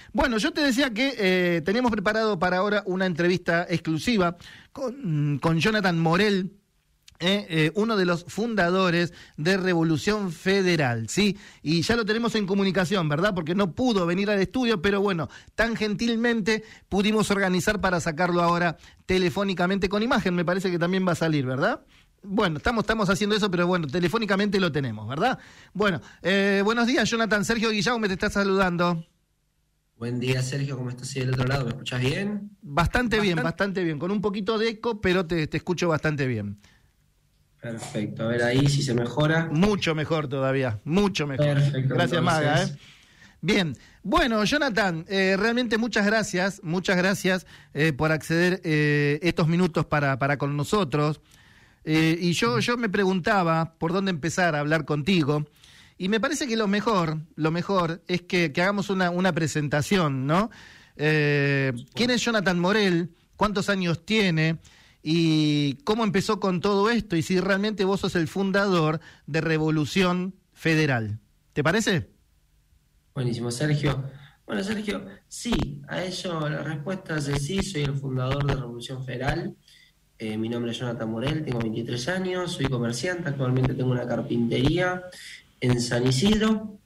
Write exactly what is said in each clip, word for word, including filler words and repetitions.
Bueno, yo te decía que eh, teníamos preparado para ahora una entrevista exclusiva con, con Jonathan Morel, eh, eh, uno de los fundadores de Revolución Federal, ¿sí? Y ya lo tenemos en comunicación, ¿verdad? Porque no pudo venir al estudio, pero bueno, tan gentilmente pudimos organizar para sacarlo ahora telefónicamente con imagen. Me parece que también va a salir, ¿verdad? Bueno, estamos, estamos haciendo eso, pero bueno, telefónicamente lo tenemos, ¿verdad? Bueno, eh, buenos días, Jonathan. Sergio Guillaume te está saludando. Buen día, Sergio, ¿cómo estás ahí del otro lado? ¿Me escuchás bien? Bastante, bastante bien, bastante bien, con un poquito de eco, pero te, te escucho bastante bien. Perfecto, a ver ahí si se mejora. Mucho mejor todavía, mucho mejor. Perfecto. Gracias, entonces. Maga. ¿eh? Bien, bueno, Jonathan, eh, realmente muchas gracias, muchas gracias eh, por acceder eh, estos minutos para, para con nosotros. Eh, y yo, yo me preguntaba por dónde empezar a hablar contigo. Y me parece que lo mejor, lo mejor es que, que hagamos una, una presentación, ¿no? Eh, ¿Quién es Jonathan Morel? ¿Cuántos años tiene? ¿Y cómo empezó con todo esto? Y si realmente vos sos el fundador de Revolución Federal. ¿Te parece? Buenísimo, Sergio. Bueno, Sergio, sí, a ello la respuesta es sí, soy el fundador de Revolución Federal. Eh, mi nombre es Jonathan Morel, tengo veintitrés años, soy comerciante, actualmente tengo una carpintería en San Isidro,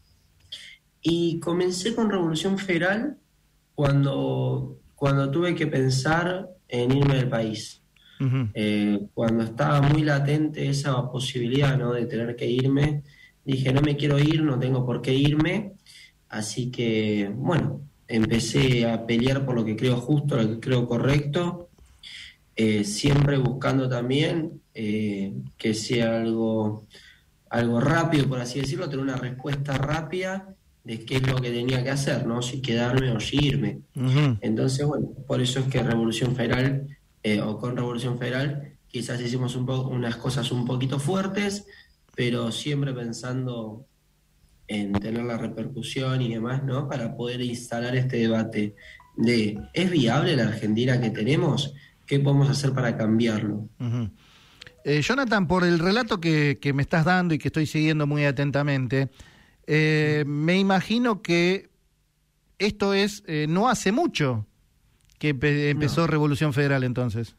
y comencé con Revolución Federal cuando, cuando tuve que pensar en irme del país. Uh-huh. Eh, cuando estaba muy latente esa posibilidad, ¿no?, de tener que irme, dije, no me quiero ir, no tengo por qué irme, así que, bueno, empecé a pelear por lo que creo justo, lo que creo correcto, eh, siempre buscando también eh, que sea algo... algo rápido, por así decirlo, tener una respuesta rápida de qué es lo que tenía que hacer, ¿no? Si quedarme o si irme. Uh-huh. Entonces, bueno, por eso es que Revolución Federal, eh, o con Revolución Federal, quizás hicimos un poco, unas cosas un poquito fuertes, pero siempre pensando en tener la repercusión y demás, ¿no? Para poder instalar este debate de, ¿es viable la Argentina que tenemos? ¿Qué podemos hacer para cambiarlo? Uh-huh. Eh, Jonathan, por el relato que, que me estás dando y que estoy siguiendo muy atentamente, eh, me imagino que esto es eh, no hace mucho que empe- empezó no. Revolución Federal entonces.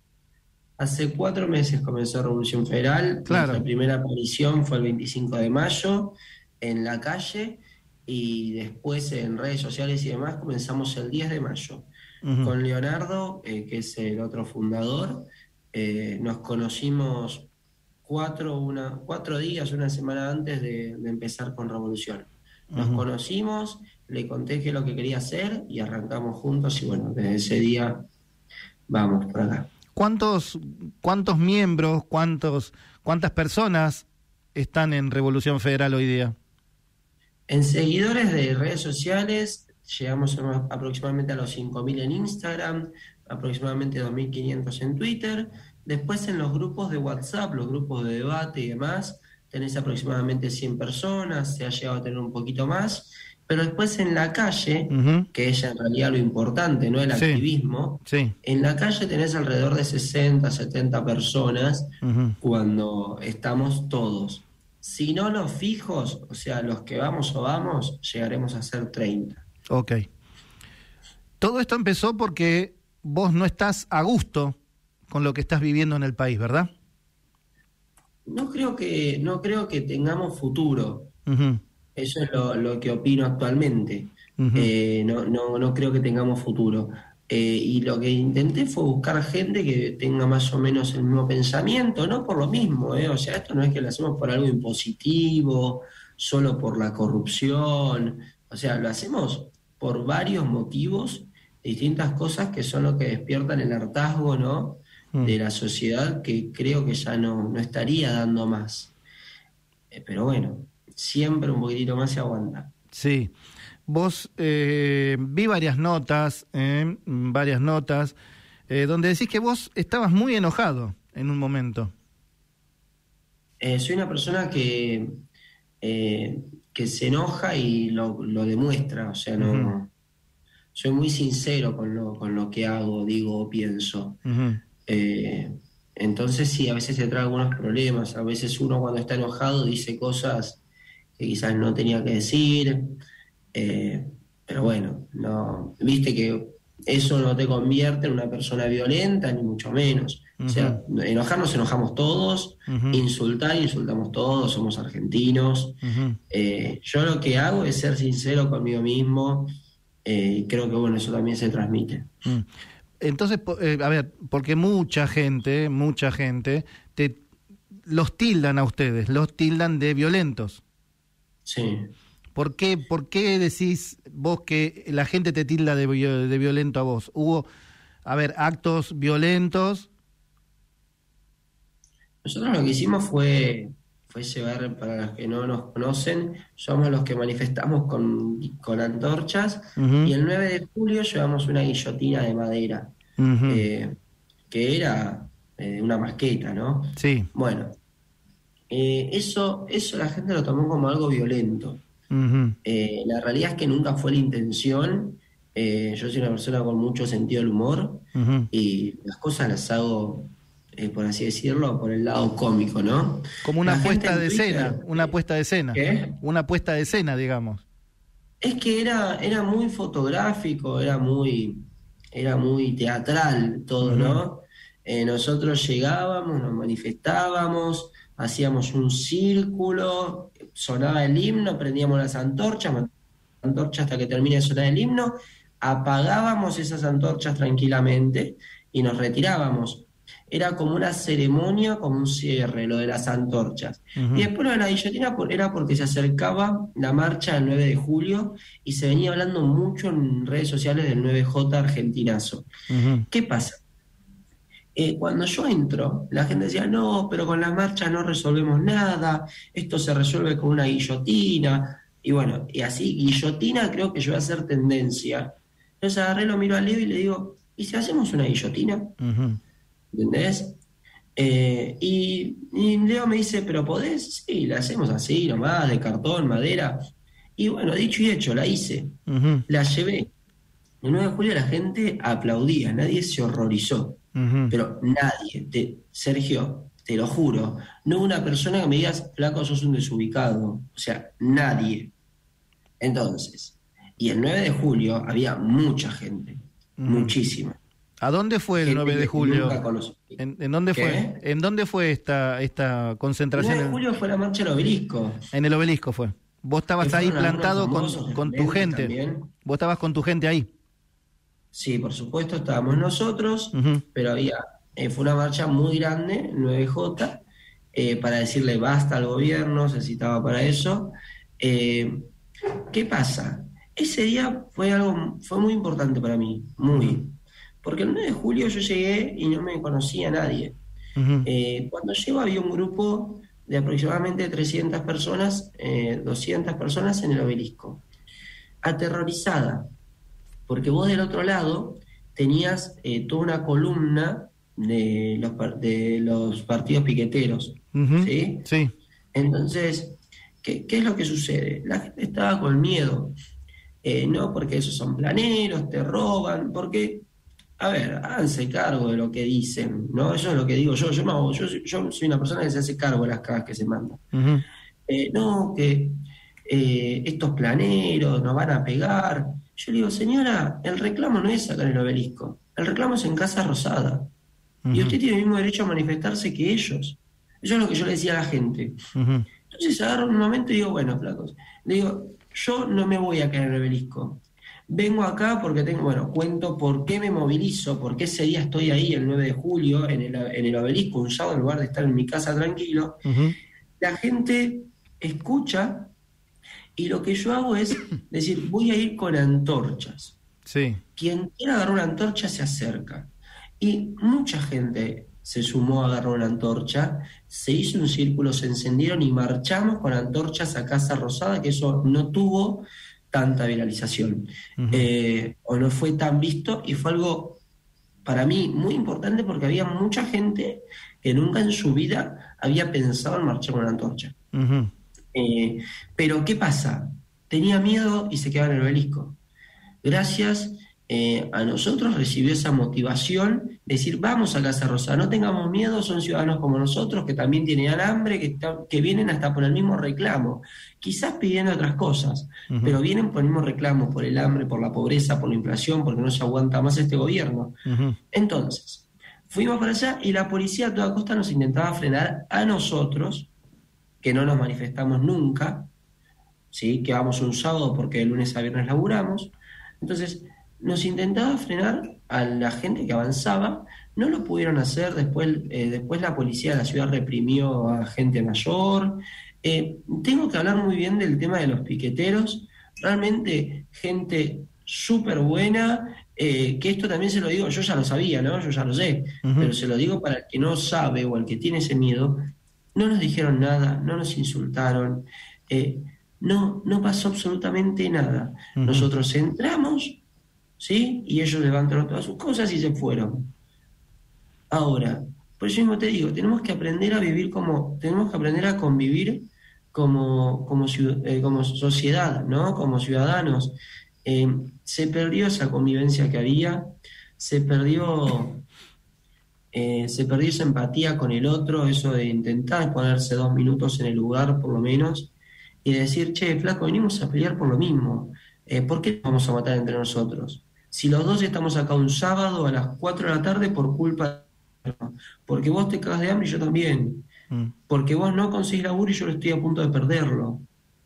Hace cuatro meses comenzó Revolución Federal. Claro. Nuestra primera aparición fue el veinticinco de mayo en la calle, y después en redes sociales y demás comenzamos el diez de mayo. Uh-huh. Con Leonardo, eh, que es el otro fundador. Eh, nos conocimos cuatro, una, cuatro días, una semana antes de, de empezar con Revolución. Nos uh-huh. conocimos, le conté qué es lo que quería hacer y arrancamos juntos, y bueno, desde ese día vamos por acá. ¿Cuántos, cuántos miembros, cuántos, cuántas personas están en Revolución Federal hoy día? En seguidores de redes sociales llegamos a, aproximadamente a los cinco mil en Instagram, aproximadamente dos mil quinientos en Twitter. Después en los grupos de WhatsApp, los grupos de debate y demás, tenés aproximadamente cien personas, se ha llegado a tener un poquito más. Pero después en la calle, uh-huh. que es en realidad lo importante, no el sí. activismo, sí. en la calle tenés alrededor de sesenta, setenta personas uh-huh. cuando estamos todos. Si no los fijos, o sea, los que vamos o vamos, llegaremos a ser treinta. Ok. Todo esto empezó porque vos no estás a gusto con lo que estás viviendo en el país, ¿verdad? No creo que, no creo que tengamos futuro. Uh-huh. Eso es lo, lo que opino actualmente. Uh-huh. Eh, no, no, no creo que tengamos futuro. Eh, y lo que intenté fue buscar gente que tenga más o menos el mismo pensamiento, no por lo mismo, ¿eh? O sea, esto no es que lo hacemos por algo impositivo, solo por la corrupción. O sea, lo hacemos por varios motivos, distintas cosas que son lo que despiertan el hartazgo, ¿no?, mm. de la sociedad, que creo que ya no, no estaría dando más. Eh, pero bueno, siempre un poquitito más se aguanta. Sí. Vos, eh, vi varias notas, eh, varias notas, eh, donde decís que vos estabas muy enojado en un momento. Eh, soy una persona que, eh, que se enoja y lo, lo demuestra, o sea, no... Uh-huh. Soy muy sincero con lo, con lo que hago, digo o pienso. Uh-huh. Eh, entonces sí, a veces te trae algunos problemas, a veces uno cuando está enojado dice cosas que quizás no tenía que decir, eh, pero bueno, no, viste que eso no te convierte en una persona violenta, ni mucho menos. O sea, Ujú, enojar nos enojamos todos, ujú, insultar, insultamos todos, somos argentinos. ujú, Eh, yo lo que hago es ser sincero conmigo mismo, eh, y creo que bueno, eso también se transmite. mm. Entonces, po- eh, a ver, porque mucha gente, mucha gente, te, los tildan a ustedes, los tildan de violentos. Sí. ¿Por qué, por qué decís vos que la gente te tilda de, vio- de violento a vos? ¿Hubo, a ver, actos violentos? Nosotros lo que hicimos fue, fue llevar, para los que no nos conocen, somos los que manifestamos con, con antorchas, y Ujú, el nueve de julio llevamos una guillotina de madera, ujú, eh, que era eh, una masqueta, ¿no? sí. Bueno, eh, eso, eso la gente lo tomó como algo violento. Ujú, Eh, la realidad es que nunca fue la intención. Eh, yo soy una persona con mucho sentido del humor ujú. y las cosas las hago, eh, por así decirlo, por el lado cómico, ¿no? Como La una gente puesta en de escena, Twitter, una eh, puesta de escena, ¿qué? una puesta de escena, digamos. Es que era, era muy fotográfico, era muy, era muy teatral todo, Ujú, ¿no? Eh, nosotros llegábamos, nos manifestábamos, hacíamos un círculo, sonaba el himno, prendíamos las antorchas, las antorchas hasta que termine de sonar el himno, apagábamos esas antorchas tranquilamente y nos retirábamos. Era como una ceremonia, como un cierre, lo de las antorchas. Y ujú, después lo de la guillotina por- era porque se acercaba la marcha del nueve de julio y se venía hablando mucho en redes sociales del nueve J argentinazo. ujú, ¿Qué pasa? Eh, cuando yo entro, la gente decía, no, pero con las marchas no resolvemos nada, esto se resuelve con una guillotina. Y bueno, y así, guillotina creo que yo voy a hacer tendencia. Entonces agarré, lo miro a Leo y le digo, ¿y si hacemos una guillotina? ujú, ¿Entendés? Eh, y, y Leo me dice, ¿pero podés? Sí, la hacemos así nomás, de cartón, madera. Y bueno, dicho y hecho, la hice. ujú, La llevé. El nueve de julio la gente aplaudía, nadie se horrorizó. ujú. Pero nadie, te- Sergio, te lo juro, no hubo una persona que me digas, flaco, sos un desubicado. O sea, nadie. Entonces, y el nueve de julio había mucha gente, Ujú. muchísima. ¿A dónde fue el Gente nueve de que nunca julio? conocí. ¿En, en dónde fue? ¿Qué? ¿En dónde fue esta, esta El concentración? nueve de En, julio fue la marcha del obelisco, en el obelisco fue. Vos que estabas ahí fueron algunos plantado con, famosos con tu exponentes gente. también. Vos estabas con tu gente ahí. Sí, por supuesto, estábamos nosotros, Ujú, pero había, eh, fue una marcha muy grande, el nueve J, eh, para decirle basta al gobierno, se citaba para eso. Eh, ¿Qué pasa? Ese día fue algo, fue muy importante para mí, ujú, muy. Porque el nueve de julio yo llegué y no me conocía a nadie. ujú, Eh, cuando llego había un grupo de aproximadamente trescientas personas, eh, doscientas personas en el obelisco, aterrorizada, porque vos del otro lado tenías eh, toda una columna de los, par- de los partidos piqueteros, ujú. ¿sí? Sí. Entonces, ¿qué, qué es lo que sucede? La gente estaba con miedo, eh, no porque esos son planeros, te roban, porque, a ver, háganse cargo de lo que dicen, ¿no? Eso es lo que digo yo, yo, no, yo, soy- yo soy una persona que se hace cargo de las cagas que se mandan. Ujú, Eh, no, que eh, estos planeros nos van a pegar. Yo le digo, señora, el reclamo no es acá en el obelisco, el reclamo es en Casa Rosada. Y ujú, usted tiene el mismo derecho a manifestarse que ellos. Eso es lo que yo le decía a la gente. ujú, Entonces agarro un momento y digo, bueno, flacos, le digo, yo no me voy a quedar en el obelisco. Vengo acá porque tengo, bueno, cuento por qué me movilizo, por qué ese día estoy ahí el nueve de julio en el, en el obelisco, un sábado, en lugar de estar en mi casa tranquilo. ujú. La gente escucha y lo que yo hago es decir, voy a ir con antorchas. Sí. Quien quiera agarrar una antorcha se acerca. Y mucha gente se sumó a agarrar una antorcha, se hizo un círculo, se encendieron y marchamos con antorchas a Casa Rosada, que eso no tuvo tanta viralización, Ujú, eh, o no fue tan visto, y fue algo para mí muy importante porque había mucha gente que nunca en su vida había pensado en marchar con una antorcha. ujú. Eh, pero ¿qué pasa? Tenía miedo y se quedaba en el obelisco. Gracias eh, a nosotros recibió esa motivación de decir, vamos a Casa Rosada, no tengamos miedo, son ciudadanos como nosotros, que también tienen hambre, que, está, que vienen hasta por el mismo reclamo, quizás pidiendo otras cosas, uh-huh. pero vienen por el mismo reclamo, por el hambre, por la pobreza, por la inflación, porque no se aguanta más este gobierno. Uh-huh. Entonces, fuimos para allá y la policía a toda costa nos intentaba frenar a nosotros, que no nos manifestamos nunca, ¿sí? Que vamos un sábado porque de lunes a viernes laburamos. Entonces, nos intentaba frenar a la gente que avanzaba, no lo pudieron hacer, después, eh, después la policía de la ciudad reprimió a gente mayor. Eh, tengo que hablar muy bien del tema de los piqueteros, realmente gente súper buena, eh, que esto también se lo digo, yo ya lo sabía, ¿no? Yo ya lo sé, uh-huh. pero se lo digo para el que no sabe o el que tiene ese miedo, no nos dijeron nada, no nos insultaron, eh, no, no pasó absolutamente nada. Uh-huh. Nosotros entramos, ¿sí? Y ellos levantaron todas sus cosas y se fueron. Ahora, por eso mismo te digo, tenemos que aprender a vivir como, tenemos que aprender a convivir como, como, eh, como sociedad, ¿no? Como ciudadanos. Eh, se perdió esa convivencia que había, se perdió, eh, se perdió esa empatía con el otro, eso de intentar ponerse dos minutos en el lugar, por lo menos, y decir, che, flaco, venimos a pelear por lo mismo. Eh, ¿Por qué nos vamos a matar entre nosotros? Si los dos estamos acá un sábado a las cuatro de la tarde por culpa de... Porque vos te cagas de hambre y yo también. Mm. Porque vos no conseguís laburo y yo lo estoy a punto de perderlo.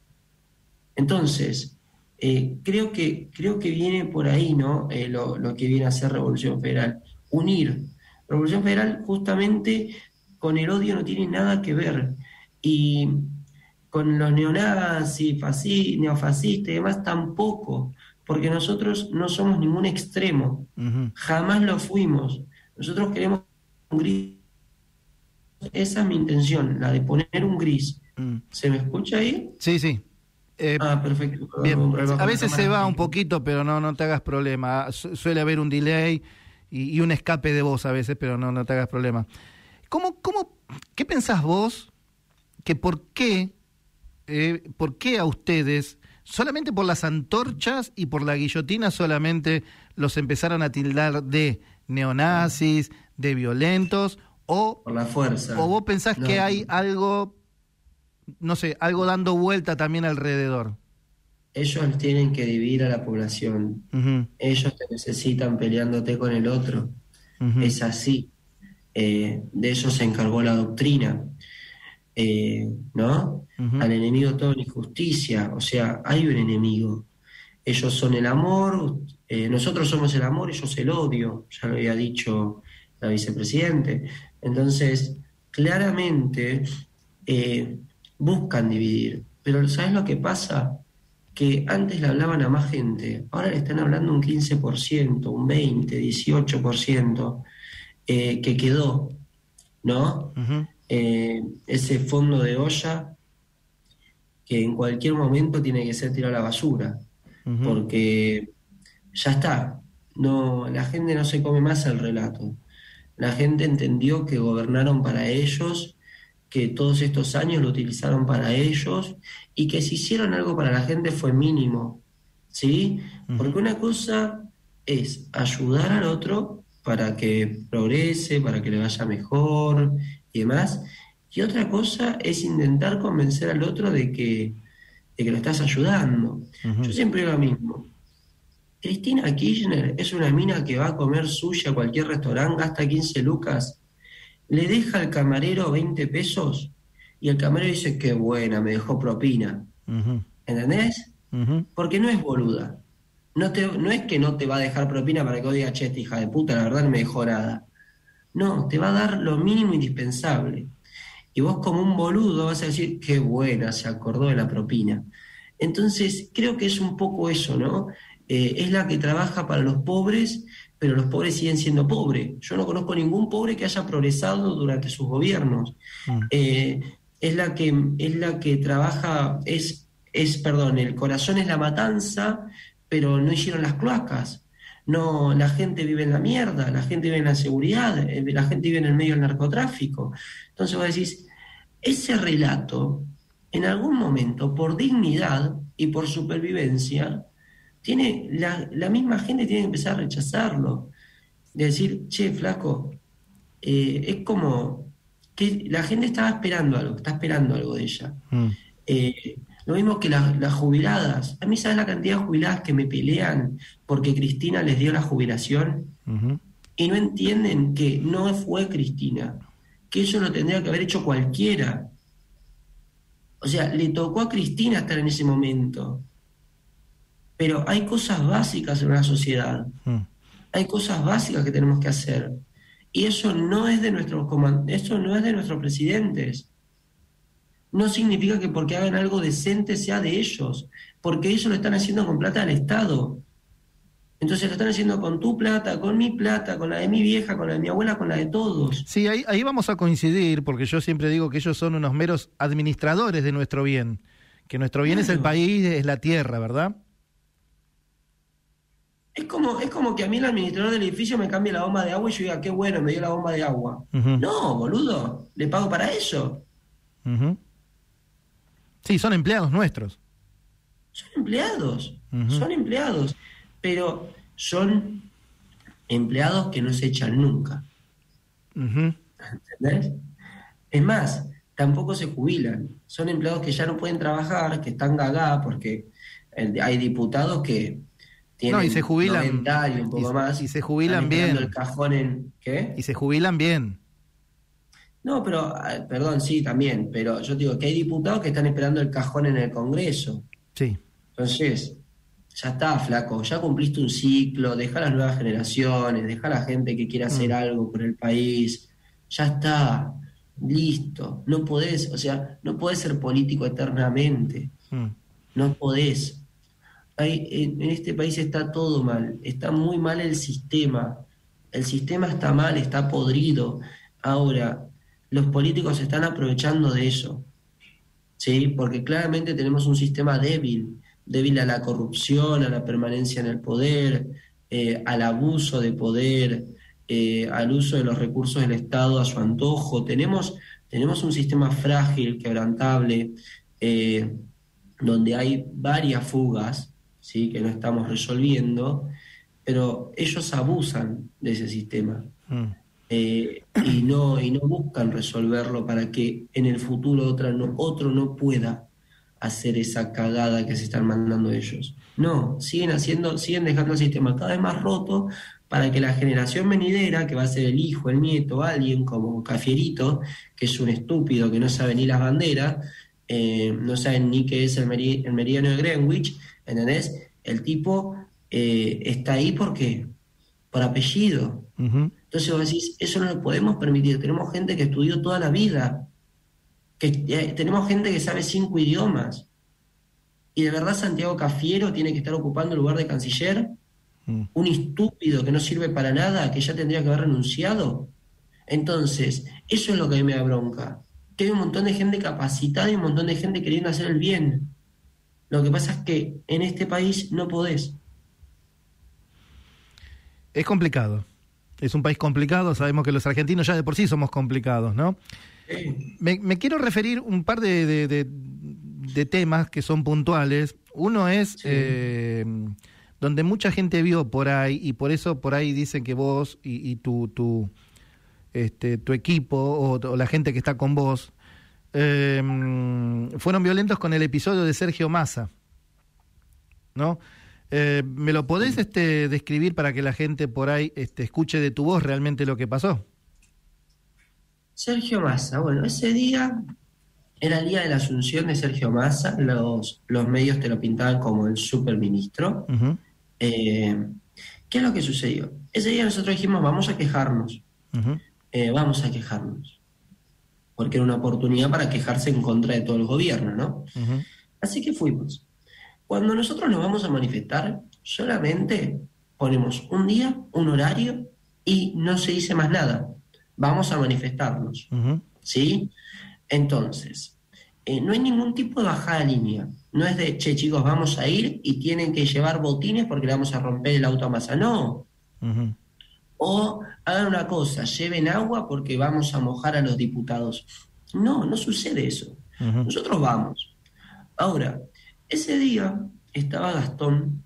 Entonces, eh, creo que creo que viene por ahí, ¿no? Eh, lo, lo que viene a ser Revolución Federal. Unir. Revolución Federal justamente con el odio no tiene nada que ver. Y con los neonazis, fascistas, neofascistas y demás tampoco. Porque nosotros no somos ningún extremo, uh-huh. jamás lo fuimos. Nosotros queremos un gris. Esa es mi intención, la de poner un gris. Uh-huh. ¿Se me escucha ahí? Sí, sí. Eh, ah, perfecto. Bien. A veces se va un poquito, pero no, no te hagas problema. Su- suele haber un delay y, y un escape de voz a veces, pero no, no te hagas problema. ¿Cómo, cómo, ¿Qué pensás vos que por qué, eh, por qué a ustedes... solamente por las antorchas y por la guillotina solamente los empezaron a tildar de neonazis, de violentos, o por la fuerza? ¿O vos pensás no. que hay algo, no sé, algo dando vuelta también alrededor? Ellos tienen que dividir a la población. Uh-huh. Ellos te necesitan peleándote con el otro. Uh-huh. Es así. Eh, de eso se encargó la doctrina. Eh, ¿no? Uh-huh. Al enemigo todo en injusticia, o sea, hay un enemigo. Ellos son el amor, eh, nosotros somos el amor, ellos el odio, ya lo había dicho la vicepresidente. Entonces, claramente eh, buscan dividir, pero ¿sabes lo que pasa? Que antes le hablaban a más gente, ahora le están hablando un quince por ciento, un veinte, dieciocho por ciento eh, que quedó, ¿no? Uh-huh. Eh, ese fondo de olla que en cualquier momento tiene que ser tirado a la basura, uh-huh. porque ya está, no, la gente no se come más el relato, la gente entendió que gobernaron para ellos, que todos estos años lo utilizaron para ellos y que si hicieron algo para la gente fue mínimo, ¿sí? Uh-huh. Porque una cosa es ayudar al otro para que progrese, para que le vaya mejor y demás, y otra cosa es intentar convencer al otro de que, de que lo estás ayudando. Uh-huh. Yo siempre digo lo mismo. Cristina Kirchner es una mina que va a comer sushi a cualquier restaurante, gasta quince lucas, le deja al camarero veinte pesos y el camarero dice, qué buena, me dejó propina. Uh-huh. ¿Entendés? Uh-huh. Porque no es boluda. No, te, no es que no te va a dejar propina para que diga, che, esta hija de puta, la verdad no me dejó nada. No, te va a dar lo mínimo indispensable. Y vos como un boludo vas a decir, qué buena, se acordó de la propina. Entonces, creo que es un poco eso, ¿no? Eh, es la que trabaja para los pobres, pero los pobres siguen siendo pobres. Yo no conozco ningún pobre que haya progresado durante sus gobiernos. Mm. Eh, es la que es la que trabaja, es, es, perdón, el corazón es la matanza, pero no hicieron las cloacas. No, la gente vive en la mierda, la gente vive en la inseguridad, la gente vive en el medio del narcotráfico. Entonces vos decís, ese relato, en algún momento, por dignidad y por supervivencia, tiene la, la misma gente tiene que empezar a rechazarlo. De decir, che, flaco, eh, es como que la gente estaba esperando algo, está esperando algo de ella. Mm. Eh, lo mismo que la, las jubiladas. A mí, ¿sabes la cantidad de jubiladas que me pelean porque Cristina les dio la jubilación? Uh-huh. Y no entienden que no fue Cristina, que eso lo tendría que haber hecho cualquiera. O sea, le tocó a Cristina estar en ese momento. Pero hay cosas básicas en una sociedad. Mm. Hay cosas básicas que tenemos que hacer. Y eso no es de nuestros comand- eso no es de nuestros presidentes. No significa que porque hagan algo decente sea de ellos, porque ellos lo están haciendo con plata del Estado. Entonces lo están haciendo con tu plata, con mi plata, con la de mi vieja, con la de mi abuela, con la de todos. Sí, ahí, ahí vamos a coincidir, porque yo siempre digo que ellos son unos meros administradores de nuestro bien, que nuestro bien Claro. es el país, es la tierra, ¿verdad? Es como, es como que a mí el administrador del edificio me cambie la bomba de agua y yo diga, qué bueno, me dio la bomba de agua. Uh-huh. No, boludo, le pago para eso. Uh-huh. Sí, son empleados nuestros. Son empleados, Uh-huh. son empleados, pero son empleados que no se echan nunca. Uh-huh. ¿Entendés? Es más, tampoco se jubilan. Son empleados que ya no pueden trabajar, que están gagá, porque eh, hay diputados que tienen No, y se jubilan, noventa y un poco y, más. y se jubilan están esperando bien. el cajón en... ¿Qué? Y se jubilan bien. No, pero, eh, perdón, sí, también, pero yo digo que hay diputados que están esperando el cajón en el Congreso. Sí. Entonces, ya está, flaco, ya cumpliste un ciclo, deja a las nuevas generaciones, deja a la gente que quiera hacer Mm. algo por el país, ya está, listo, no podés, o sea, no podés ser político eternamente, Mm. no podés. Hay, en, en este país está todo mal, está muy mal el sistema, el sistema está mal, está podrido. Ahora, los políticos se están aprovechando de eso, ¿sí? Porque claramente tenemos un sistema débil, débil a la corrupción, a la permanencia en el poder, eh, al abuso de poder, eh, al uso de los recursos del Estado a su antojo. Tenemos, tenemos un sistema frágil, quebrantable, eh, donde hay varias fugas, ¿sí? Que no estamos resolviendo, pero ellos abusan de ese sistema. Mm. Eh, y no y no buscan resolverlo para que en el futuro otra no, otro no pueda hacer esa cagada que se están mandando ellos. No, siguen haciendo, siguen dejando el sistema cada vez más roto para que la generación venidera, que va a ser el hijo, el nieto, alguien como Cafierito, que es un estúpido que no sabe ni las banderas, eh, no saben ni qué es el, meri- el meridiano de Greenwich, ¿entendés? El tipo eh, está ahí porque por apellido. Uh-huh. Entonces vos decís, eso no lo podemos permitir. Tenemos gente que estudió toda la vida, que eh, tenemos gente que sabe cinco idiomas. ¿Y de verdad Santiago Cafiero tiene que estar ocupando el lugar de canciller? Mm. ¿Un estúpido que no sirve para nada, que ya tendría que haber renunciado? Entonces, eso es lo que a mí me da bronca. Que hay un montón de gente capacitada y un montón de gente queriendo hacer el bien. Lo que pasa es que en este país no podés. Es complicado. Es un país complicado, sabemos que los argentinos ya de por sí somos complicados, ¿no? Sí. Me, me quiero referir un par de, de, de, de temas que son puntuales. Uno es Sí. eh, donde mucha gente vio por ahí, y por eso por ahí dicen que vos y, y tu, tu, este, tu equipo o, o la gente que está con vos eh, fueron violentos con el episodio de Sergio Massa, ¿no? Eh, ¿Me lo podés este, describir para que la gente por ahí este, escuche de tu voz realmente lo que pasó? Sergio Massa, bueno, ese día era el día de la asunción de Sergio Massa, los, los medios te lo pintaban como el superministro. Uh-huh. Eh, ¿qué es lo que sucedió? Ese día nosotros dijimos, vamos a quejarnos, Uh-huh. eh, vamos a quejarnos, porque era una oportunidad para quejarse en contra de todo el gobierno, ¿no? Uh-huh. Así que fuimos. Cuando nosotros nos vamos a manifestar, solamente ponemos un día, un horario y no se dice más nada. Vamos a manifestarnos, Uh-huh. ¿sí? Entonces, eh, no hay ningún tipo de bajada de línea. No es de, che, chicos, vamos a ir y tienen que llevar botines porque le vamos a romper el auto a Massa. No. Uh-huh. O hagan una cosa, lleven agua porque vamos a mojar a los diputados. No, no sucede eso. Uh-huh. Nosotros vamos. Ahora, ese día estaba Gastón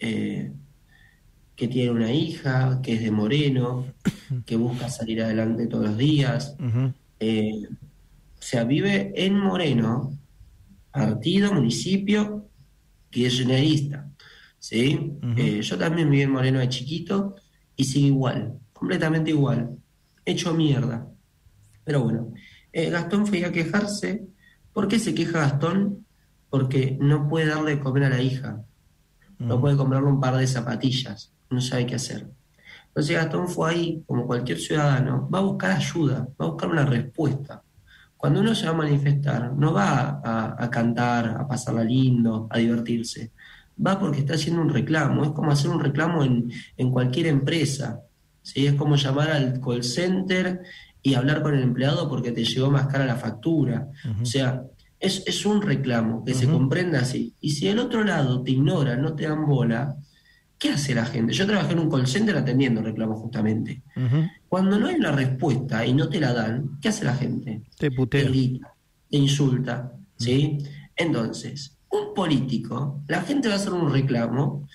eh, que tiene una hija, que es de Moreno, que busca salir adelante todos los días. Uh-huh. Eh, o sea, vive en Moreno, partido, municipio, kirchnerista, ¿sí? Uh-huh. Eh, yo también viví en Moreno de chiquito y sigo igual, completamente igual, hecho mierda. Pero bueno, eh, Gastón fue a quejarse. ¿Por qué se queja Gastón? Porque no puede darle de comer a la hija, no Uh-huh. puede comprarle un par de zapatillas, no sabe qué hacer. Entonces Gastón fue ahí, como cualquier ciudadano, va a buscar ayuda, va a buscar una respuesta. Cuando uno se va a manifestar, no va a, a cantar, a pasarla lindo, a divertirse. Va porque está haciendo un reclamo. Es como hacer un reclamo en, en cualquier empresa, ¿sí? Es como llamar al call center y hablar con el empleado porque te llegó más cara la factura. Uh-huh. O sea, es, es un reclamo que Uh-huh. se comprenda así. Y si el otro lado te ignora, no te dan bola, ¿qué hace la gente? Yo trabajé en un call center atendiendo reclamos justamente. Uh-huh. Cuando no hay una respuesta y no te la dan, ¿qué hace la gente? Te putea. Te grita, te insulta, ¿sí? Entonces, un político, la gente va a hacer un reclamo,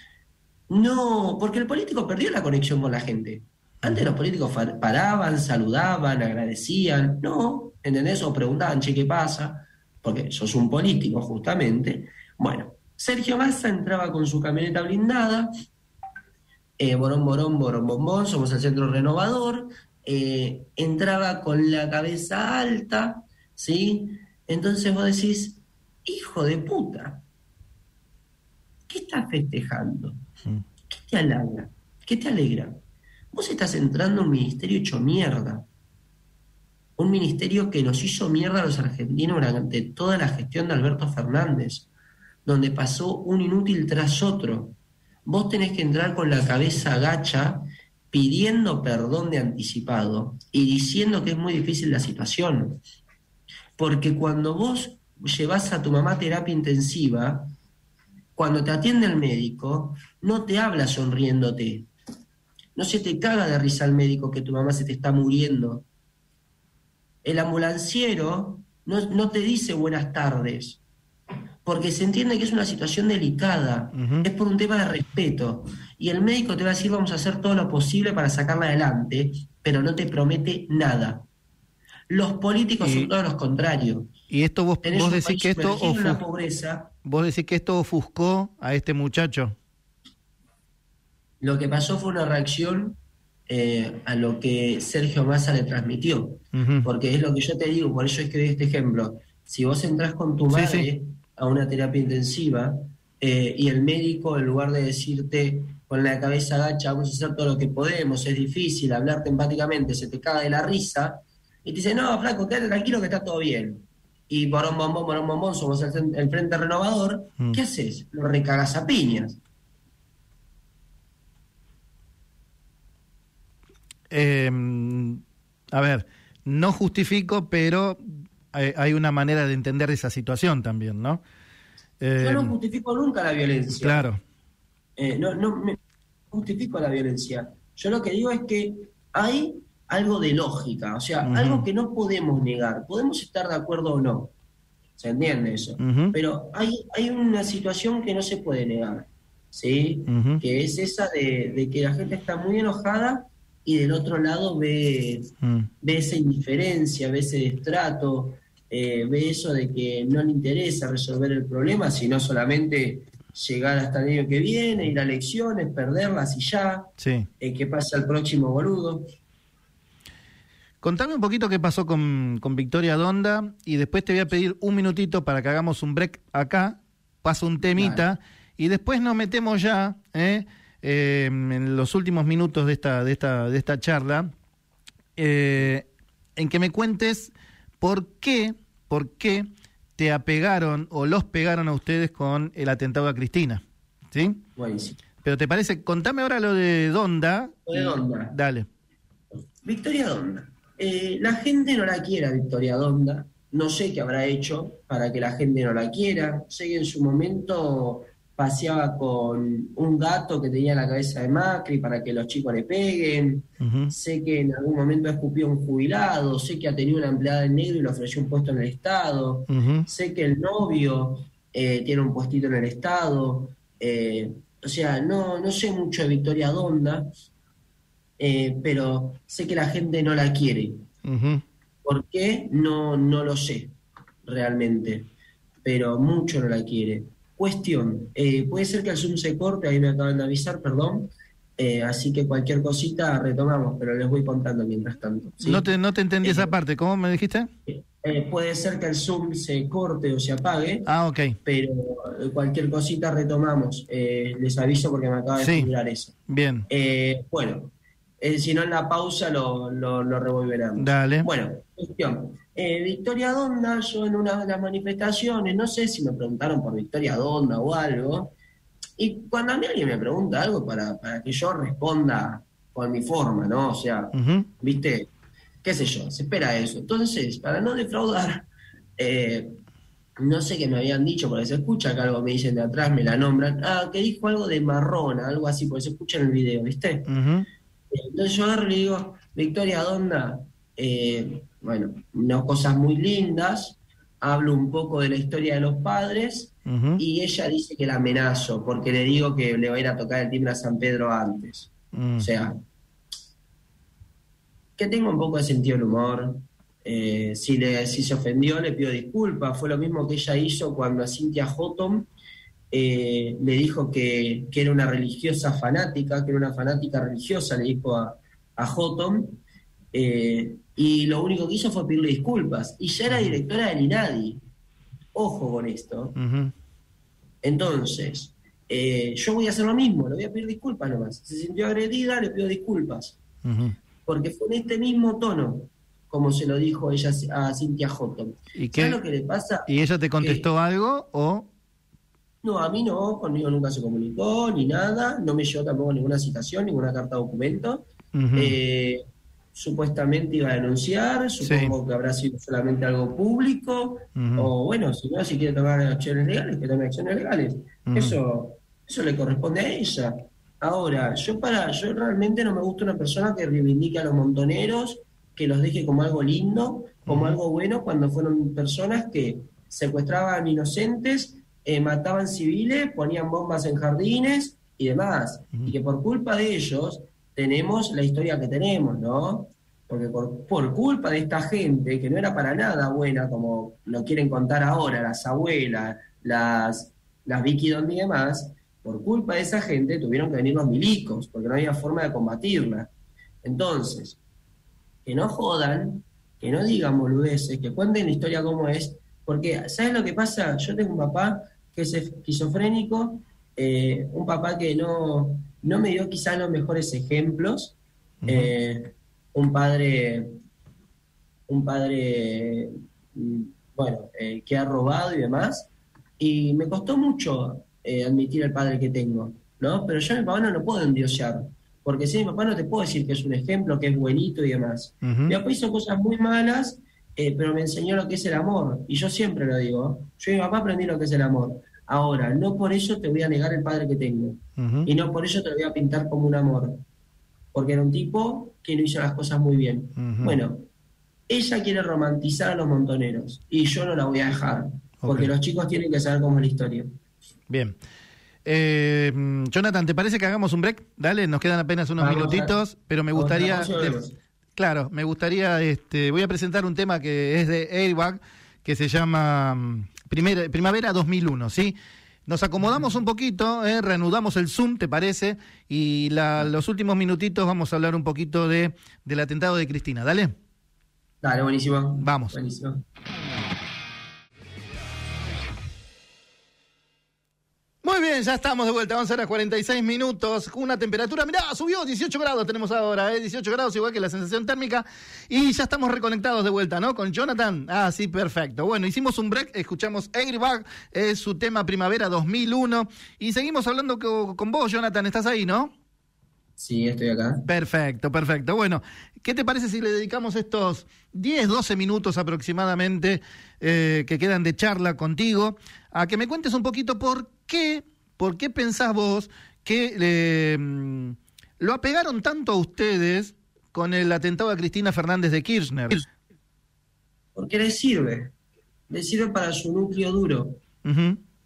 no, porque el político perdió la conexión con la gente. Antes los políticos paraban, saludaban, agradecían, no, ¿entendés? O preguntaban, che, ¿qué pasa? Porque sos un político, justamente. Bueno, Sergio Massa entraba con su camioneta blindada, eh, borón, borón, borón, bombón, somos el centro renovador, eh, entraba con la cabeza alta, ¿sí? Entonces vos decís, hijo de puta, ¿qué estás festejando? ¿Qué te halaga? ¿Qué te alegra? Vos estás entrando a un ministerio hecho mierda. Un ministerio que nos hizo mierda a los argentinos durante toda la gestión de Alberto Fernández, donde pasó un inútil tras otro. Vos tenés que entrar con la cabeza agacha, pidiendo perdón de anticipado y diciendo que es muy difícil la situación. Porque cuando vos llevás a tu mamá a terapia intensiva, cuando te atiende el médico, no te habla sonriéndote. No se te caga de risa el médico que tu mamá se te está muriendo. El ambulanciero no, no te dice buenas tardes, porque se entiende que es una situación delicada, uh-huh. Es por un tema de respeto. Y el médico te va a decir, vamos a hacer todo lo posible para sacarla adelante, pero no te promete nada. Los políticos y, son todos los contrarios. Y esto vos, vos decís que esto ofus- la pobreza. Vos decís que esto ofuscó a este muchacho. Lo que pasó fue una reacción eh, a lo que Sergio Massa le transmitió. Uh-huh. Porque es lo que yo te digo, por eso es que doy este ejemplo. Si vos entrás con tu madre sí, sí. a una terapia intensiva eh, y el médico, en lugar de decirte con la cabeza agacha, vamos a hacer todo lo que podemos, es difícil, hablarte empáticamente, se te caga de la risa, y te dice, no, flaco, quédate tranquilo que está todo bien. Y borón, bombón, borón, bombón, somos el, el Frente Renovador, uh-huh. ¿Qué haces? Lo recagas a piñas. Eh, a ver, no justifico, pero hay, hay una manera de entender esa situación también, ¿no? Eh, Yo no justifico nunca la violencia. Claro. Eh, no, no me justifico la violencia. Yo lo que digo es que hay algo de lógica, o sea, uh-huh. algo que no podemos negar. Podemos estar de acuerdo o no, ¿se entiende eso? Uh-huh. Pero hay, hay una situación que no se puede negar, ¿sí? Uh-huh. Que es esa de, de que la gente está muy enojada y del otro lado ve, mm. ve esa indiferencia, ve ese destrato, eh, ve eso de que no le interesa resolver el problema, sino solamente llegar hasta el año que viene, ir a elecciones, perderlas y ya, sí. eh, que pasa el próximo boludo. Contame un poquito qué pasó con, con Victoria Donda y después te voy a pedir un minutito para que hagamos un break acá, paso un temita vale. Y después nos metemos ya, ¿eh? Eh, en los últimos minutos de esta, de esta, de esta charla, eh, en que me cuentes por qué, por qué te apegaron o los pegaron a ustedes con el atentado a Cristina, ¿sí? Buenísimo. Pero te parece, contame ahora lo de Donda. Lo de Donda. Dale. Victoria Donda. Eh, la gente no la quiere a Victoria Donda. No sé qué habrá hecho para que la gente no la quiera. Sé que en su momento paseaba con un gato que tenía la cabeza de Macri para que los chicos le peguen. Uh-huh. Sé que en algún momento escupió a un jubilado. Sé que ha tenido una empleada en negro y le ofreció un puesto en el Estado. Uh-huh. Sé que el novio eh, tiene un puestito en el Estado. Eh, o sea, no, no sé mucho de Victoria Donda, eh, pero sé que la gente no la quiere. Uh-huh. ¿Por qué? No, no lo sé realmente, pero mucho no la quiere. Cuestión, eh, puede ser que el Zoom se corte, ahí me acaban de avisar, perdón, eh, así que cualquier cosita retomamos, pero les voy contando mientras tanto, ¿sí? No te, no te entendí Eh, esa parte, ¿cómo me dijiste? eh, puede ser que el Zoom se corte o se apague, Ah, ok. pero eh, cualquier cosita retomamos. Eh, les aviso porque me acaba de Sí, figurar eso. bien. Eh, bueno, eh, si no en la pausa lo, lo, lo revolveremos. Dale. Bueno, cuestión. Eh, Victoria Donda, yo en una de las manifestaciones, no sé si me preguntaron por Victoria Donda o algo, y cuando a mí alguien me pregunta algo para, para que yo responda con mi forma, ¿no? O sea, Uh-huh. ¿viste? Qué sé yo, se espera eso. Entonces, para no defraudar, eh, no sé qué me habían dicho, porque se escucha que algo me dicen de atrás, me la nombran. Ah, que dijo algo de marrona, algo así, porque se escucha en el video, ¿viste? Uh-huh. Entonces yo agarro y le digo, Victoria Donda, eh, bueno, no, cosas muy lindas, hablo un poco de la historia de los padres, Uh-huh. y ella dice que la amenazo, porque le digo que le va a ir a tocar el timbre a San Pedro antes. Uh-huh. O sea, que tenga un poco de sentido del humor. Eh, si, le, si se ofendió, le pido disculpas. Fue lo mismo que ella hizo cuando a Cynthia Houghton eh, le dijo que, que era una religiosa fanática, que era una fanática religiosa, le dijo a, a Houghton, eh, y lo único que hizo fue pedirle disculpas. Y ya era directora del INADI. Ojo con esto. Uh-huh. Entonces, eh, yo voy a hacer lo mismo, le voy a pedir disculpas nomás. Se sintió agredida, le pido disculpas. Uh-huh. Porque fue en este mismo tono, como se lo dijo ella a Cynthia Houghton. ¿Y ¿Sabes qué? lo que le pasa? ¿Y ella te contestó Que, algo o...? no, a mí no, conmigo nunca se comunicó, ni nada, no me llegó tampoco ninguna citación, ninguna carta de documento. Uh-huh. Eh, supuestamente iba a denunciar, supongo Sí. que habrá sido solamente algo público, Uh-huh. o bueno, si no, si quiere tomar acciones legales, que tome acciones legales. Uh-huh. Eso, eso le corresponde a ella. Ahora, yo para, yo realmente no me gusta una persona que reivindique a los montoneros, que los deje como algo lindo, como Uh-huh. algo bueno, cuando fueron personas que secuestraban inocentes, eh, mataban civiles, ponían bombas en jardines y demás. Uh-huh. Y que por culpa de ellos tenemos la historia que tenemos, ¿no? Porque por, por culpa de esta gente, que no era para nada buena, como lo quieren contar ahora, las abuelas, las, las Vicky Don y demás, por culpa de esa gente tuvieron que venir los milicos, porque no había forma de combatirla. Entonces, que no jodan, que no digan boludeces, que cuenten la historia como es, porque, ¿sabes lo que pasa? Yo tengo un papá que es esquizofrénico, eh, un papá que no, no me dio quizás los mejores ejemplos, Uh-huh. eh, un padre, un padre, bueno, eh, que ha robado y demás, y me costó mucho eh, admitir el padre que tengo, ¿no? Pero yo a mi papá no lo puedo endiosear, porque si mi papá no te puedo decir que es un ejemplo, que es buenito y demás. Uh-huh. Mi papá hizo cosas muy malas, eh, pero me enseñó lo que es el amor, y yo siempre lo digo, yo y mi papá aprendí lo que es el amor. Ahora, no por eso te voy a negar el padre que tengo, Uh-huh. y no por eso te lo voy a pintar como un amor, porque era un tipo que no hizo las cosas muy bien. Uh-huh. Bueno, ella quiere romantizar a los montoneros, y yo no la voy a dejar, porque Ok. los chicos tienen que saber cómo es la historia. Bien. Eh, Jonathan, ¿te parece que hagamos un break? Dale, nos quedan apenas unos Vamos a- minutitos, pero me vamos a gustaría... la pausa y te- volvemos. claro, me gustaría... este, voy a presentar un tema que es de Airbag, que se llama mm, Primera- Primavera dos mil uno, ¿sí? Nos acomodamos un poquito, eh, reanudamos el Zoom, ¿te parece? Y la- los últimos minutitos vamos a hablar un poquito de, del atentado de Cristina. Dale. Dale, buenísimo. Vamos. Buenísimo. Muy bien, ya estamos de vuelta, once horas cuarenta y seis minutos, con una temperatura, mirá, subió dieciocho grados tenemos ahora, ¿eh? dieciocho grados igual que la sensación térmica, y ya estamos reconectados de vuelta, ¿no? Con Jonathan, ah, sí, perfecto. Bueno, hicimos un break, escuchamos Airbag, es su tema Primavera dos mil uno, y seguimos hablando co- con vos, Jonathan, ¿estás ahí, no? Sí, estoy acá. Perfecto, perfecto. Bueno, ¿qué te parece si le dedicamos estos diez, doce minutos aproximadamente eh, que quedan de charla contigo a que me cuentes un poquito por qué, por qué pensás vos que eh, mm, lo apegaron tanto a ustedes con el atentado a Cristina Fernández de Kirchner? Porque les sirve. Les sirve para su núcleo duro. Uh-huh.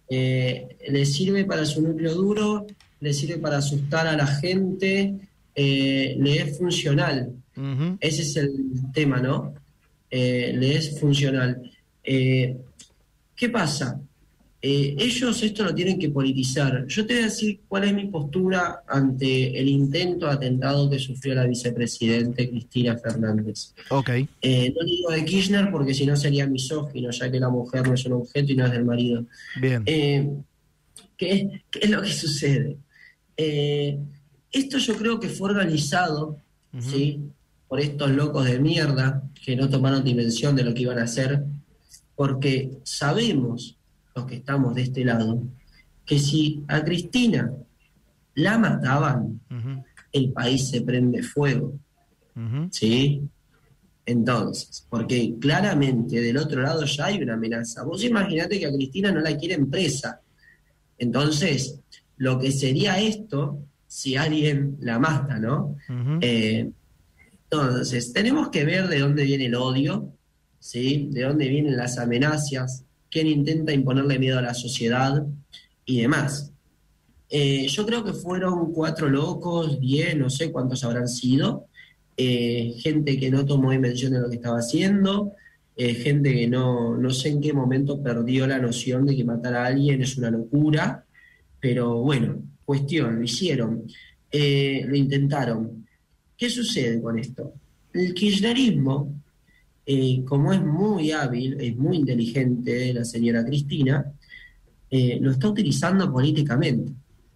Eh, le sirve para su núcleo duro, le sirve para asustar a la gente, eh, le es funcional. Uh-huh. Ese es el tema, ¿no? Eh, le es funcional. Eh, ¿Qué pasa? Eh, ellos esto lo tienen que politizar. Yo te voy a decir cuál es mi postura ante el intento de atentado que sufrió la vicepresidenta Cristina Fernández. Okay. Eh, no digo de Kirchner porque si no sería misógino, ya que la mujer no es un objeto y no es del marido. Bien. Eh, ¿qué, ¿Qué es lo que sucede? Eh, esto yo creo que fue organizado, uh-huh. ¿sí?, por estos locos de mierda que no tomaron dimensión de lo que iban a hacer, porque sabemos, los que estamos de este lado, que si a Cristina la mataban, uh-huh. el país se prende fuego. Uh-huh. ¿Sí? Entonces, porque claramente del otro lado ya hay una amenaza. Vos imaginate que a Cristina no la quieren presa. Entonces, lo que sería esto si alguien la mata, ¿no? Uh-huh. Eh, entonces, tenemos que ver de dónde viene el odio, ¿sí?, de dónde vienen las amenazas, quién intenta imponerle miedo a la sociedad y demás. Eh, yo creo que fueron cuatro locos, diez, no sé cuántos habrán sido, eh, gente que no tomó dimensión de lo que estaba haciendo, eh, gente que no, no sé en qué momento perdió la noción de que matar a alguien es una locura, pero bueno, cuestión, lo hicieron, eh, lo intentaron. ¿Qué sucede con esto? El kirchnerismo, eh, como es muy hábil, es muy inteligente la señora Cristina, eh, lo está utilizando políticamente.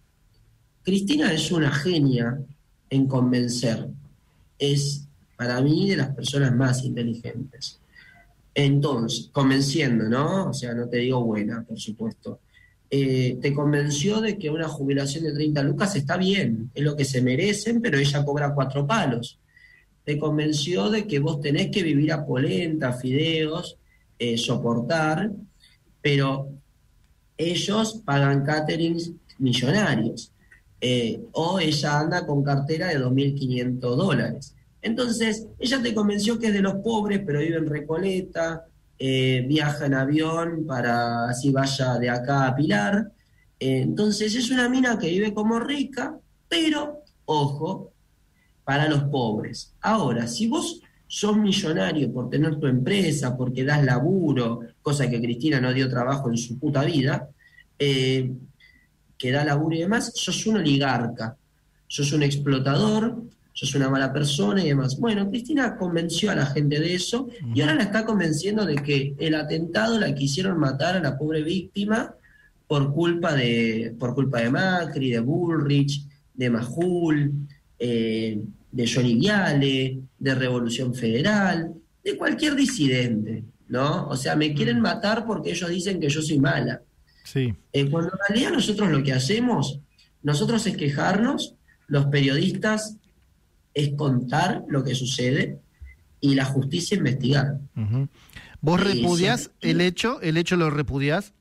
Cristina es una genia en convencer. Es, para mí, de las personas más inteligentes. Entonces, convenciendo, ¿no? O sea, no te digo buena, por supuesto. Eh, te convenció de que una jubilación de treinta lucas está bien, es lo que se merecen, pero ella cobra cuatro palos. Te convenció de que vos tenés que vivir a polenta, fideos, eh, soportar, pero ellos pagan caterings millonarios. Eh, o ella anda con cartera de dos mil quinientos dólares. Entonces, ella te convenció que es de los pobres, pero vive en Recoleta, eh, viaja en avión para así vaya de acá a Pilar. Eh, entonces, es una mina que vive como rica, pero, ojo, para los pobres. Ahora, si vos sos millonario por tener tu empresa, porque das laburo, cosa que Cristina no dio trabajo en su puta vida, eh, que da laburo y demás, sos un oligarca, sos un explotador, sos una mala persona y demás. Bueno, Cristina convenció a la gente de eso y ahora la está convenciendo de que el atentado la quisieron matar a la pobre víctima por culpa de, por culpa de Macri, de Bullrich, de Majul, eh, de Johnny Viale, de Revolución Federal, de cualquier disidente, ¿no? O sea, me quieren matar porque ellos dicen que yo soy mala. Sí. Eh, cuando en realidad nosotros lo que hacemos, nosotros es quejarnos, los periodistas es contar lo que sucede y la justicia investigar. Uh-huh. ¿Vos y repudiás sí, el hecho? ¿El hecho lo repudiás?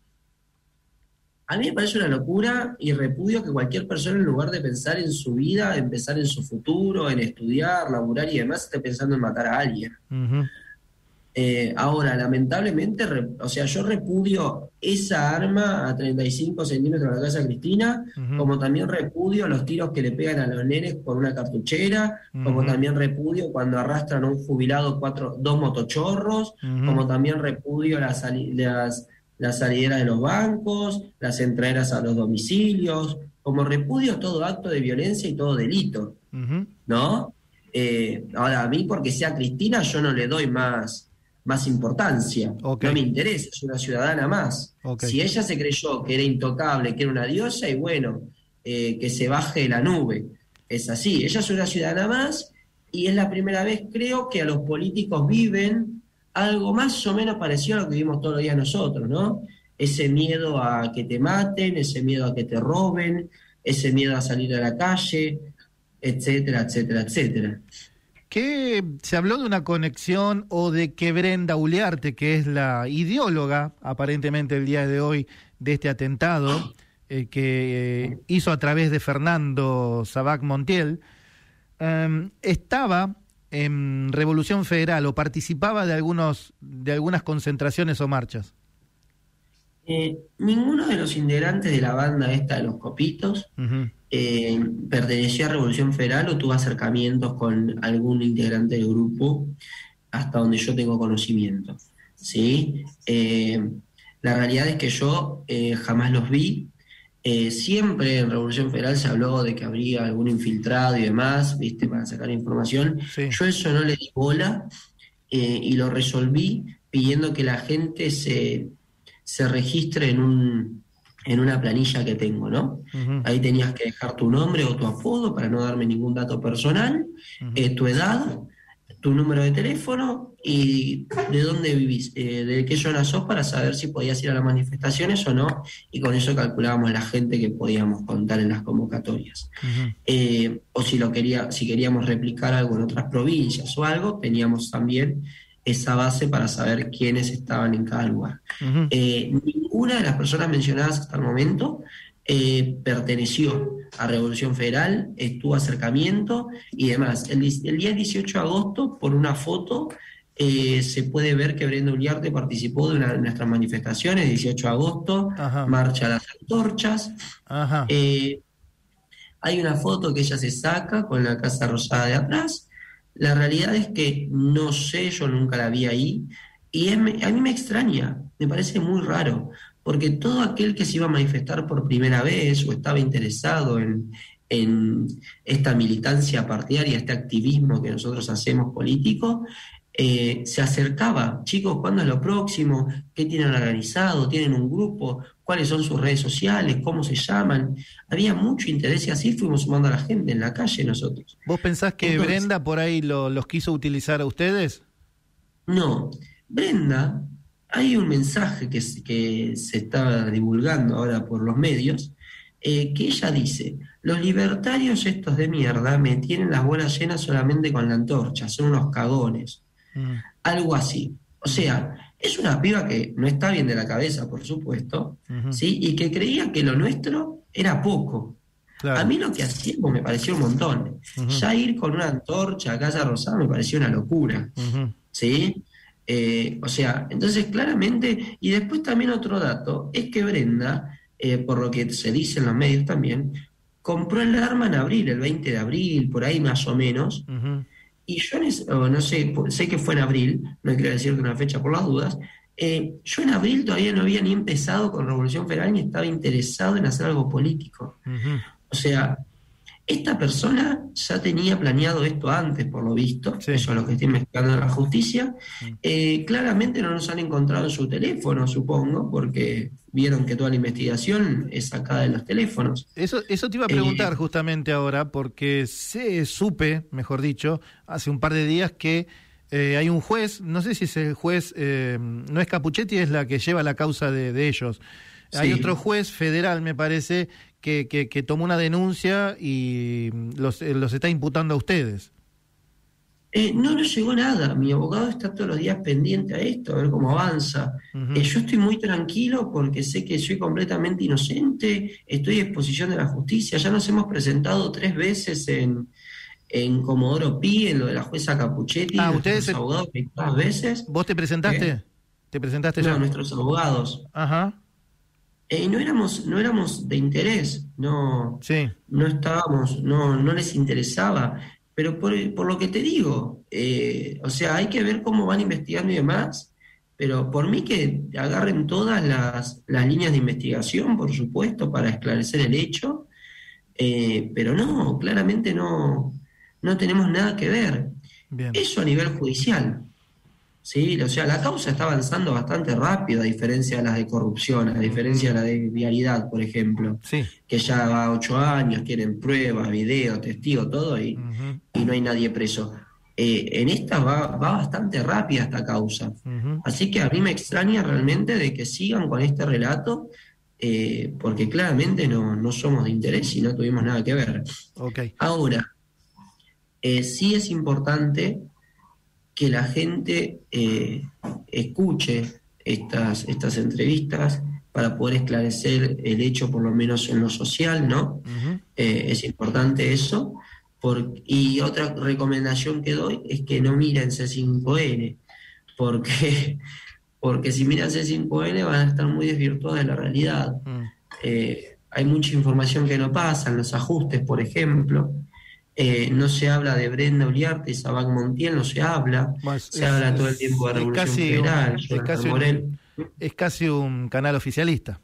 A mí me parece una locura y repudio que cualquier persona, en lugar de pensar en su vida, en pensar en su futuro, en estudiar, laburar y demás, esté pensando en matar a alguien. Uh-huh. Eh, ahora, lamentablemente, re, o sea, yo repudio esa arma a treinta y cinco centímetros de la casa de Cristina, uh-huh. como también repudio los tiros que le pegan a los nenes con una cartuchera, uh-huh. como también repudio cuando arrastran a un jubilado cuatro, dos motochorros, uh-huh. como también repudio las, sali, las, las salideras de los bancos, las entraderas a los domicilios, como repudio todo acto de violencia y todo delito, uh-huh. ¿no? Eh, ahora, a mí, porque sea Cristina, yo no le doy más... más importancia, okay. No me interesa, es una ciudadana más. Okay. Si ella se creyó que era intocable, que era una diosa, y bueno, eh, que se baje de la nube. Es así, ella es una ciudadana más, y es la primera vez, creo, que a los políticos viven algo más o menos parecido a lo que vivimos todos los días nosotros, ¿no? Ese miedo a que te maten, ese miedo a que te roben, ese miedo a salir a la calle, etcétera, etcétera, etcétera. Que se habló de una conexión o de que Brenda Uliarte, que es la ideóloga, aparentemente el día de hoy, de este atentado, eh, que eh, hizo a través de Fernando Sabac Montiel, eh, estaba en Revolución Federal o participaba de algunos de algunas concentraciones o marchas. Eh, ninguno de los integrantes de la banda esta de los Copitos Ujú. eh, perteneció a Revolución Federal o tuvo acercamientos con algún integrante del grupo, hasta donde yo tengo conocimiento, ¿sí? Eh, la realidad es que yo eh, jamás los vi. Eh, siempre en Revolución Federal se habló de que habría algún infiltrado y demás, ¿viste? Para sacar información. Sí. Yo eso no le di bola, eh, y lo resolví pidiendo que la gente se, se registre en un, en una planilla que tengo, ¿no? Ujú, Ahí tenías que dejar tu nombre o tu apodo para no darme ningún dato personal, ujú. eh, tu edad, tu número de teléfono y de dónde vivís, eh, de qué zona sos, para saber si podías ir a las manifestaciones o no, y con eso calculábamos la gente que podíamos contar en las convocatorias. Ujú, Eh, o si lo quería, si queríamos replicar algo en otras provincias o algo, teníamos también esa base para saber quiénes estaban en cada lugar. ujú. Eh, ninguna de las personas mencionadas hasta el momento eh, perteneció a Revolución Federal, estuvo acercamiento y demás. El, dis- el día dieciocho de agosto, por una foto, eh, se puede ver que Brenda Uliarte participó de una de nuestras manifestaciones, dieciocho de agosto, Ajá, Marcha a las Antorchas. ajá. Eh, Hay una foto que ella se saca con la Casa Rosada de atrás. La realidad es que no sé, yo nunca la vi ahí. Y es me- a mí me extraña, me parece muy raro, porque todo aquel que se iba a manifestar por primera vez o estaba interesado en, en esta militancia partidaria, este activismo que nosotros hacemos político, eh, se acercaba. Chicos, ¿cuándo es lo próximo? ¿Qué tienen organizado? ¿Tienen un grupo? ¿Cuáles son sus redes sociales? ¿Cómo se llaman? Había mucho interés y así fuimos sumando a la gente en la calle nosotros. ¿Vos pensás que Entonces, Brenda por ahí lo- los quiso utilizar a ustedes? no, Brenda, hay un mensaje que, se- que se está divulgando ahora por los medios, eh, que ella dice: los libertarios estos de mierda me tienen las bolas llenas solamente con la antorcha, son unos cagones. Mm, Algo así. O ujú, sea, es una piba que no está bien de la cabeza, por supuesto, ujú. ¿sí? Y que creía que lo nuestro era poco. A Claro. mí lo que hacíamos me pareció un montón. Ujú, Ya ir con una antorcha a Casa Rosada me pareció una locura, ujú. ¿sí? Eh, o sea, entonces claramente, y después también otro dato, es que Brenda, eh, por lo que se dice en los medios también, compró el arma en abril, el veinte de abril, por ahí más o menos, Ujú, y yo en es- o no sé, po- sé que fue en abril, no quiero decirte una fecha por las dudas. Eh, yo en abril todavía no había ni empezado con Revolución Federal ni estaba interesado en hacer algo político. ujú. O sea, esta persona ya tenía planeado esto antes, por lo visto, Sí. eso es lo que estoy mezclando en la justicia. Mm. Eh, claramente no nos han encontrado en su teléfono, supongo, porque vieron que toda la investigación es sacada de los teléfonos. Eso, eso te iba a Eh, preguntar justamente ahora, porque sé, supe, mejor dicho, hace un par de días que eh, hay un juez, no sé si ese juez, eh, no es Capuchetti, es la que lleva la causa de, de ellos. Hay otro sí. juez federal, me parece, que, que, que tomó una denuncia y los, eh, los está imputando a ustedes. Eh, no nos llegó nada. Mi abogado está todos los días pendiente a esto, a ver cómo avanza. Eh, Ujú. yo estoy muy tranquilo porque sé que soy completamente inocente, estoy a disposición de la justicia. Ya nos hemos presentado tres veces en, en Comodoro Pi, en lo de la jueza Capuchetti, Ah, ustedes, nuestros se- abogados dos veces. ¿vos te ¿Eh? presentaste? ¿Te presentaste No, ya? nuestros abogados. Ajá, Eh, no éramos, no éramos de interés, no, sí. no estábamos, no, no les interesaba. Pero por, por lo que te digo, eh, o sea, hay que ver cómo van investigando y demás, pero por mí que agarren todas las, las líneas de investigación, por supuesto, para esclarecer el hecho, eh, pero no, claramente no, no tenemos nada que ver. Bien. Eso a nivel judicial. Sí, o sea, la causa está avanzando bastante rápido, a diferencia de las de corrupción, a diferencia de la de vialidad, por ejemplo, Sí. que ya va a ocho años, tienen pruebas, video, testigo, todo, y, Ujú, y no hay nadie preso. Eh, en esta va, va bastante rápida esta causa. ujú. Así que a mí me extraña realmente de que sigan con este relato, eh, porque claramente no, no somos de interés y no tuvimos nada que ver. Ok. Ahora, eh, sí es importante que la gente eh, escuche estas, estas entrevistas para poder esclarecer el hecho, por lo menos en lo social, ¿no? Ujú. Eh, es importante eso. Por, y otra recomendación que doy es que no miren C cinco N, porque porque si miran C cinco N van a estar muy desvirtuados de la realidad. Mm. Eh, hay mucha información que no pasa, en los ajustes, por ejemplo. Eh, no se habla de Brenda Uliarte y Sabac Montiel, no se habla. Bueno, es, se es, habla todo el es, tiempo de es Revolución casi Federal, un, es, Jonathan casi Morel. un, es casi un canal oficialista.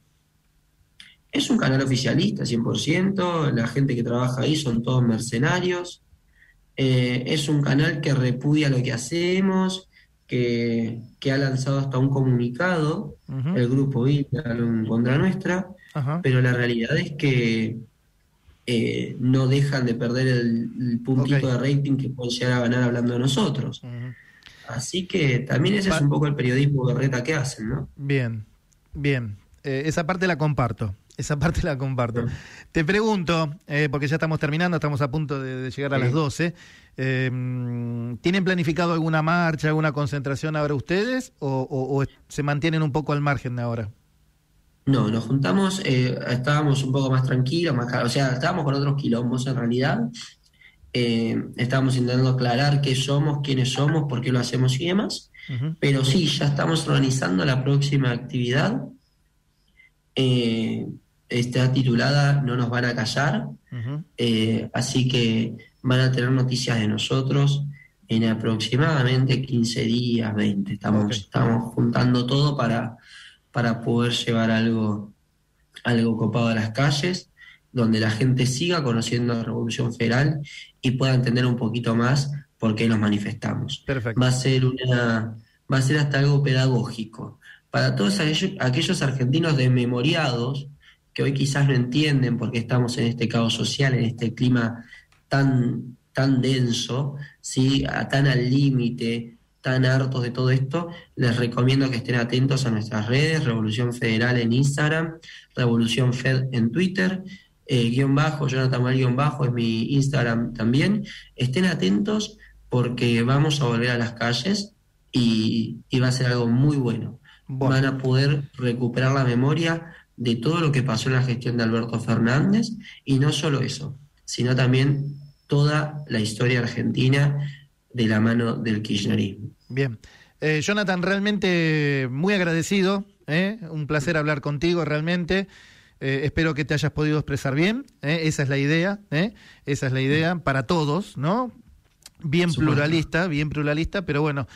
Es un canal oficialista, cien por ciento. La gente que trabaja ahí son todos mercenarios. Eh, es un canal que repudia lo que hacemos, que, que ha lanzado hasta un comunicado, Uh-huh. el grupo Ítalo en contra nuestra, Ajá. pero la realidad es que eh, no dejan de perder el, el puntito Ok. de rating que pueden llegar a ganar hablando de nosotros. Uh-huh. Así que también ese es Pa- un poco el periodismo berreta que hacen, ¿no? Bien, bien. Eh, esa parte la comparto. Esa parte la comparto. Te pregunto, eh, porque ya estamos terminando, estamos a punto de, de llegar a Sí. las doce. Eh, ¿Tienen planificado alguna marcha, alguna concentración ahora ustedes? ¿O, o, o se mantienen un poco al margen de ahora? No, nos juntamos, eh, estábamos un poco más tranquilos, más, ca- o sea, estábamos con otros quilombos en realidad. Eh, estábamos intentando aclarar qué somos, quiénes somos, por qué lo hacemos y demás. Uh-huh. Pero sí, ya estamos organizando la próxima actividad. Eh, está titulada No nos van a callar. Uh-huh. Eh, así que van a tener noticias de nosotros en aproximadamente quince días, veinte. Estamos, Ok. estamos juntando todo para, para poder llevar algo, algo copado a las calles, donde la gente siga conociendo la Revolución Federal y pueda entender un poquito más por qué nos manifestamos. Perfecto. Va a ser una, va a ser hasta algo pedagógico. Para todos aquellos, aquellos argentinos desmemoriados que hoy quizás no entienden por qué estamos en este caos social, en este clima tan, tan denso, ¿sí? Tan al límite, tan hartos de todo esto, les recomiendo que estén atentos a nuestras redes, Revolución Federal en Instagram, Revolución Fed en Twitter, eh, guión bajo, Jonathan Mal guión bajo es mi Instagram también. Estén atentos porque vamos a volver a las calles y, y va a ser algo muy bueno. Bueno. Van a poder recuperar la memoria de todo lo que pasó en la gestión de Alberto Fernández, y no solo eso, sino también toda la historia argentina de la mano del kirchnerismo. Bien. Eh, Jonathan, realmente muy agradecido, ¿eh? Un placer hablar contigo realmente. Eh, espero que te hayas podido expresar bien, ¿eh? Esa es la idea, ¿eh? Esa es la idea para todos, ¿no? Bien pluralista, bien pluralista, pero bueno,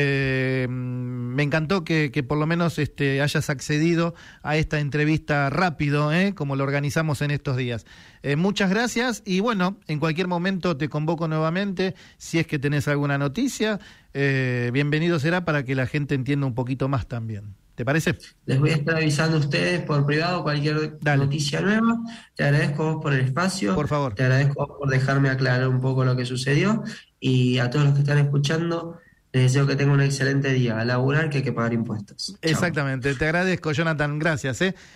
eh, me encantó que, que por lo menos este, hayas accedido a esta entrevista rápido, ¿eh? Como lo organizamos en estos días. Eh, muchas gracias y bueno, en cualquier momento te convoco nuevamente, si es que tenés alguna noticia, eh, bienvenido será para que la gente entienda un poquito más también. ¿Te parece? Les voy a estar avisando a ustedes por privado cualquier Dale. noticia nueva. Te agradezco a vos por el espacio. Por favor. Te agradezco a vos por dejarme aclarar un poco lo que sucedió. Y a todos los que están escuchando, les deseo que tengan un excelente día. A laburar, que hay que pagar impuestos. Chao. Exactamente. Te agradezco, Jonathan. Gracias, ¿eh?